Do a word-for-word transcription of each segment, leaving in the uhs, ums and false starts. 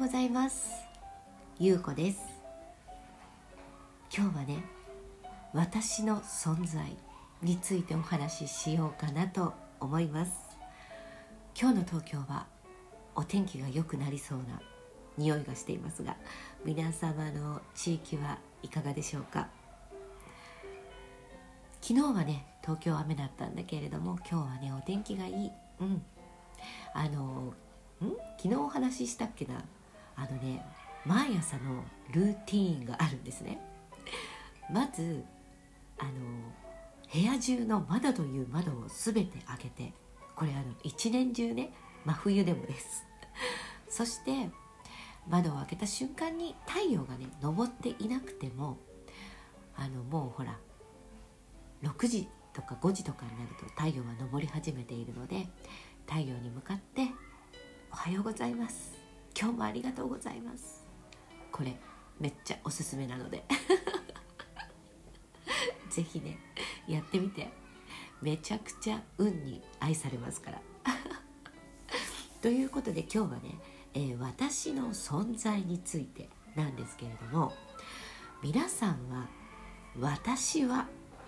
ございます。ゆうこです。今日はね、私の存在についてお話ししようかなと思います。今日の東京はお天気が良くなりそうな匂いがしていますが、皆様の地域はいかがでしょうか。昨日はね、東京雨だったんだけれども、今日はね、お天気がいい。うんあのん昨日お話ししたっけなあのね毎朝のルーティーンがあるんですね。まずあの部屋中の窓という窓をすべて開けて、これあの一年中ね、真冬でもですそして窓を開けた瞬間に太陽がね昇っていなくても、あのもうほらろくじとかごじとかになると太陽は昇り始めているので、太陽に向かっておはようございます、今日もありがとうございます、これめっちゃおすすめなのでぜひねやってみて。めちゃくちゃ運に愛されますからということで今日はね、えー、私の存在についてなんですけれども、皆さんは私は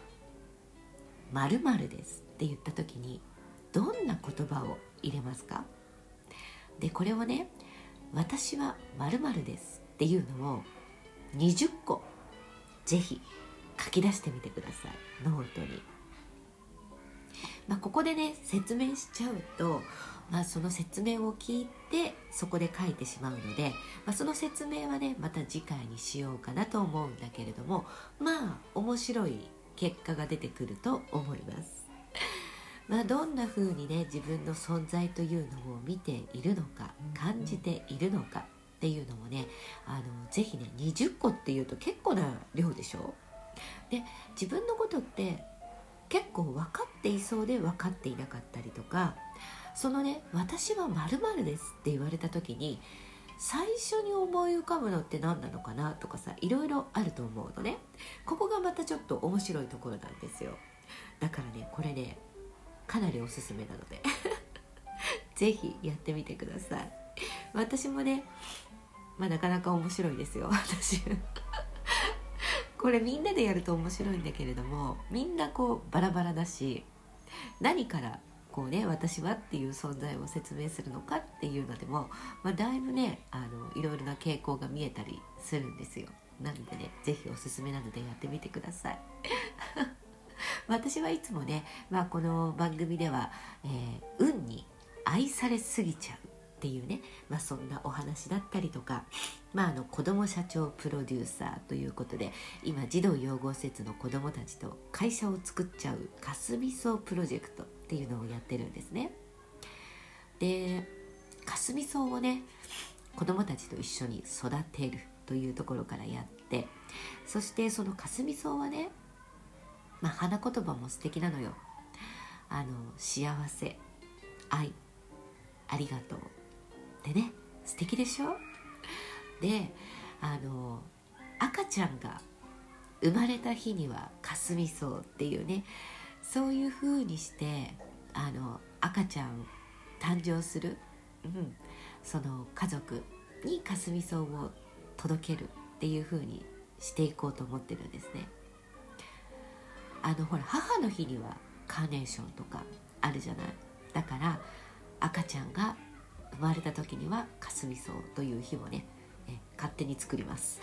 〇〇ですって言った時にどんな言葉を入れますか？でこれをね、私は〇〇ですっていうのをにじゅっこぜひ書き出してみてください、ノートに。まあ、ここでね説明しちゃうと、まあ、その説明を聞いてそこで書いてしまうので、まあ、その説明はねまた次回にしようかなと思うんだけれども、まあ面白い結果が出てくると思います。まあ、どんな風にね自分の存在というのを見ているのか感じているのかっていうのもね、あのぜひねにじゅっこっていうと結構な量でしょ。で自分のことって結構分かっていそうで分かっていなかったりとか、そのね私は〇〇ですって言われた時に最初に思い浮かぶのって何なのかなとかさ、いろいろあると思うのね。ここがまたちょっと面白いところなんですよ。だからねこれねかなりおすすめなのでぜひやってみてください。私もね、まあ、なかなか面白いですよ私これみんなでやると面白いんだけれども、みんなこうバラバラだし、何からこうね私はっていう存在を説明するのかっていうのでも、まあ、だいぶねあのいろいろな傾向が見えたりするんですよ。なのでねぜひおすすめなのでやってみてください私はいつもね、まあ、この番組では、えー、運に愛されすぎちゃうっていうね、まあ、そんなお話だったりとか、まあ、あの子ども社長プロデューサーということで今児童養護施設の子どもたちと会社を作っちゃうかすみそうプロジェクトっていうのをやってるんですね。でかすみそうをね子どもたちと一緒に育てるというところからやって、そしてそのかすみそうはね、まあ、花言葉も素敵なのよ。あの幸せ、愛、ありがとうでね、素敵でしょ。であの赤ちゃんが生まれた日にはかすみそうっていうね、そういう風にしてあの赤ちゃん誕生する、うん、その家族にかすみそうを届けるっていう風にしていこうと思ってるんですね。あのほら母の日にはカーネーションとかあるじゃない。だから赤ちゃんが生まれた時にはかすみそうという日をねえ勝手に作ります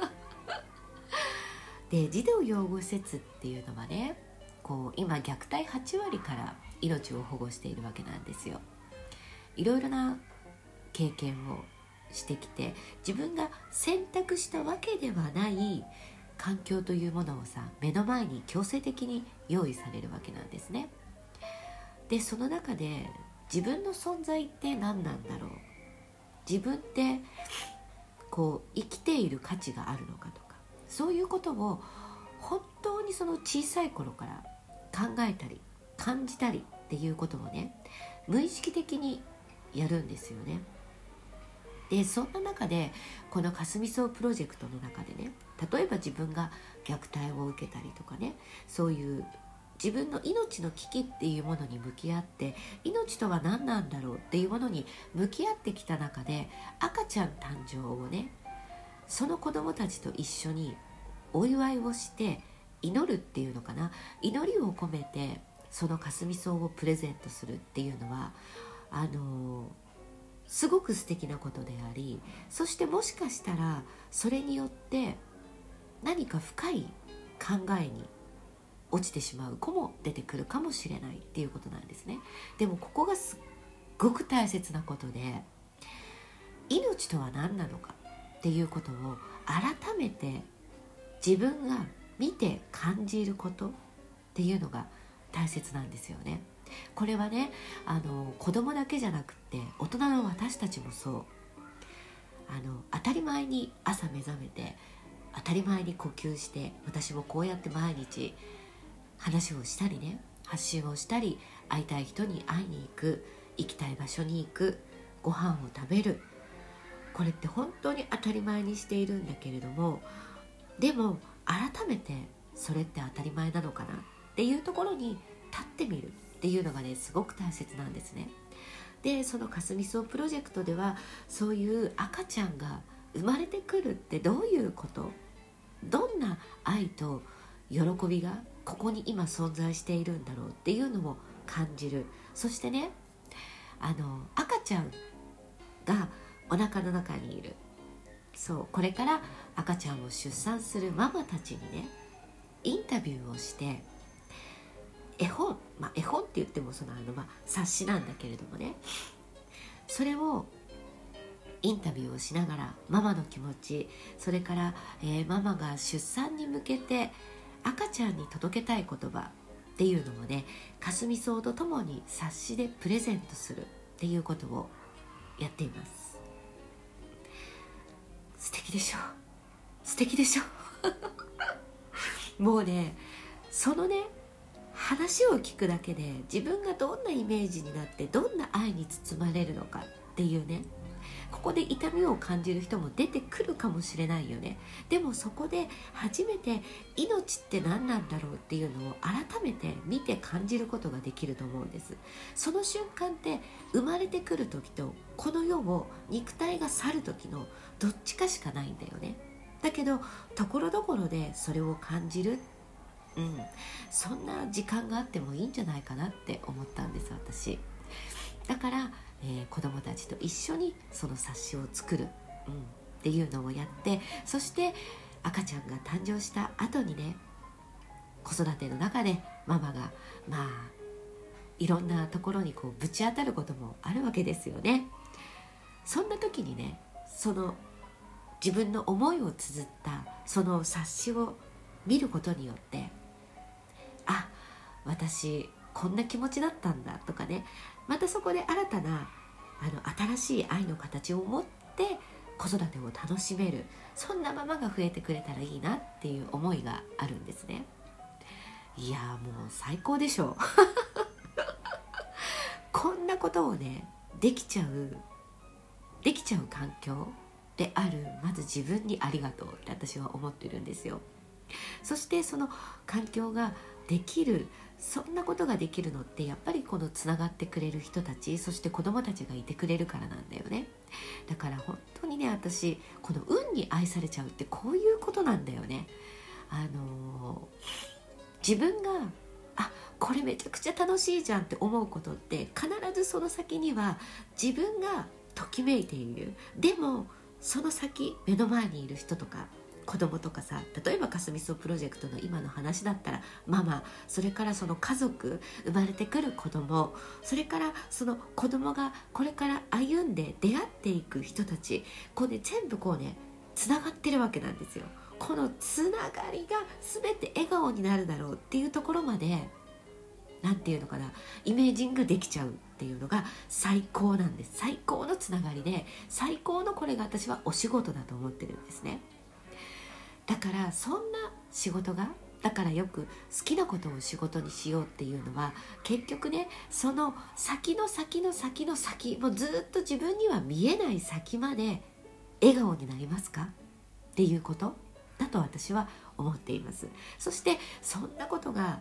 で児童養護施設っていうのはね、こう今虐待はちわりから命を保護しているわけなんですよ。いろいろな経験をしてきて、自分が選択したわけではない環境というものをさ目の前に強制的に用意されるわけなんですね。でその中で自分の存在って何なんだろう、自分ってこう生きている価値があるのかとか、そういうことを本当にその小さい頃から考えたり感じたりっていうことをね無意識的にやるんですよね。でそんな中でこのかすみそうプロジェクトの中でね、例えば自分が虐待を受けたりとかね、そういう自分の命の危機っていうものに向き合って、命とは何なんだろうっていうものに向き合ってきた中で、赤ちゃん誕生をね、その子どもたちと一緒にお祝いをして祈るっていうのかな、祈りを込めてそのかすみ草をプレゼントするっていうのはあのすごく素敵なことであり、そしてもしかしたらそれによって何か深い考えに落ちてしまう子も出てくるかもしれないっていうことなんですね。でもここがすっごく大切なことで、命とは何なのかっていうことを改めて自分が見て感じることっていうのが大切なんですよね。これはね、あの子供だけじゃなくって大人の私たちもそう。あの当たり前に朝目覚めて当たり前に呼吸して、私もこうやって毎日話をしたりね、発信をしたり、会いたい人に会いに行く、行きたい場所に行く、ご飯を食べる、これって本当に当たり前にしているんだけれども、でも改めてそれって当たり前なのかなっていうところに立ってみるっていうのがね、すごく大切なんですね。で、そのかすみ草プロジェクトでは、そういう赤ちゃんが生まれてくるってどういうこと、どんな愛と喜びがここに今存在しているんだろうっていうのを感じる。そしてね、あの赤ちゃんがお腹の中にいる、そうこれから赤ちゃんを出産するママたちにね、インタビューをして、絵本、まあ、絵本って言ってもそのあの、まあ、冊子なんだけれどもね、それをインタビューをしながらママの気持ち、それから、えー、ママが出産に向けて赤ちゃんに届けたい言葉っていうのもね、かすみ草とともに冊子でプレゼントするっていうことをやっています。素敵でしょ、素敵でしょもうね、そのね話を聞くだけで自分がどんなイメージになってどんな愛に包まれるのかっていうね、ここで痛みを感じる人も出てくるかもしれないよね。でもそこで初めて命って何なんだろうっていうのを改めて見て感じることができると思うんです。その瞬間って生まれてくる時とこの世を肉体が去る時のどっちかしかないんだよね。だけどところどころでそれを感じる、うん、そんな時間があってもいいんじゃないかなって思ったんです、私。だから、えー、子どもたちと一緒にその冊子を作る、うん、っていうのをやって、そして赤ちゃんが誕生した後にね、子育ての中でママがまあいろんなところにこうぶち当たることもあるわけですよね。そんな時にね、その自分の思いを綴ったその冊子を見ることによって、あ、私こんな気持ちだったんだとかね、またそこで新たなあの新しい愛の形を持って子育てを楽しめる、そんなママが増えてくれたらいいなっていう思いがあるんですね。いやもう最高でしょこんなことをねできちゃうできちゃう環境である、まず自分にありがとうって私は思ってるんですよ。そしてその環境ができる、そんなことができるのってやっぱりこのつながってくれる人たち、そして子どもたちがいてくれるからなんだよね。だから本当にね、私この運に愛されちゃうってこういうことなんだよね。あのー、自分があ、これめちゃくちゃ楽しいじゃんって思うことって必ずその先には自分がときめいている。でもその先、目の前にいる人とか子供とかさ、例えばかすみ草プロジェクトの今の話だったらママ、それからその家族、生まれてくる子供、それからその子供がこれから歩んで出会っていく人たち、こうね、全部こうねつながってるわけなんですよ。このつながりが全て笑顔になるだろうっていうところまで、なんていうのかな、イメージングできちゃうっていうのが最高なんです。最高のつながりで、最高のこれが私はお仕事だと思ってるんですね。だからそんな仕事が、だからよく好きなことを仕事にしようっていうのは、結局ね、その先の先の先の先、もうずっと自分には見えない先まで笑顔になりますかっていうことだと私は思っています。そしてそんなことが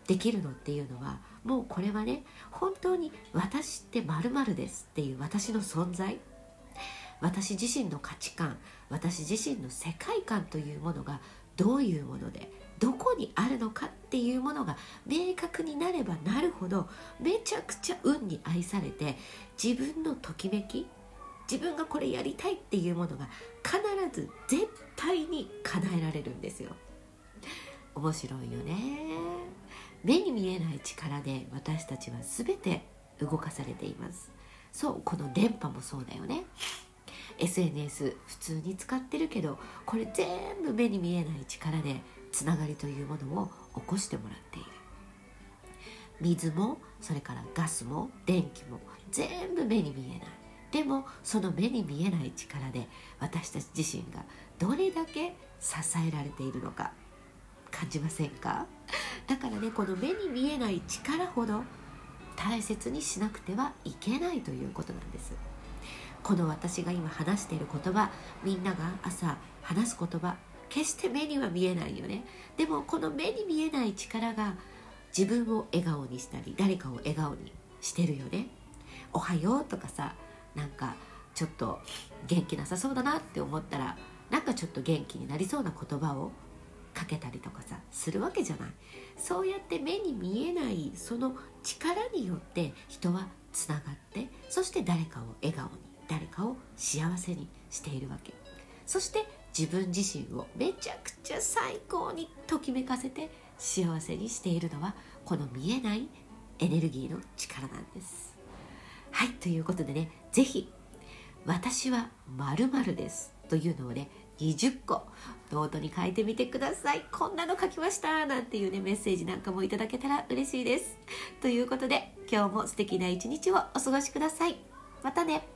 できるのっていうのは、もうこれはね、本当に私って〇〇ですっていう私の存在、私自身の価値観、私自身の世界観というものがどういうものでどこにあるのかっていうものが明確になればなるほど、めちゃくちゃ運に愛されて、自分のときめき、自分がこれやりたいっていうものが必ず絶対に叶えられるんですよ。面白いよね。目に見えない力で私たちは全て動かされています。そう、この電波もそうだよね。エスエヌエス 普通に使ってるけど、これ全部目に見えない力でつながりというものを起こしてもらっている。水もそれからガスも電気も全部目に見えない。でもその目に見えない力で私たち自身がどれだけ支えられているのか感じませんか？だからね、この目に見えない力ほど大切にしなくてはいけないということなんです。この私が今話している言葉、みんなが朝話す言葉、決して目には見えないよね。でもこの目に見えない力が自分を笑顔にしたり、誰かを笑顔にしてるよね。おはようとかさ、なんかちょっと元気なさそうだなって思ったら、なんかちょっと元気になりそうな言葉をかけたりとかさ、するわけじゃない。そうやって目に見えないその力によって人はつながって、そして誰かを笑顔に、誰かを幸せにしているわけ。そして自分自身をめちゃくちゃ最高にときめかせて幸せにしているのは、この見えないエネルギーの力なんです。はい、ということでね、ぜひ私は〇〇ですというのをね、にじゅっこノートに書いてみてください。こんなの書きましたなんていうね、メッセージなんかもいただけたら嬉しいです。ということで、今日も素敵な一日をお過ごしください。またね。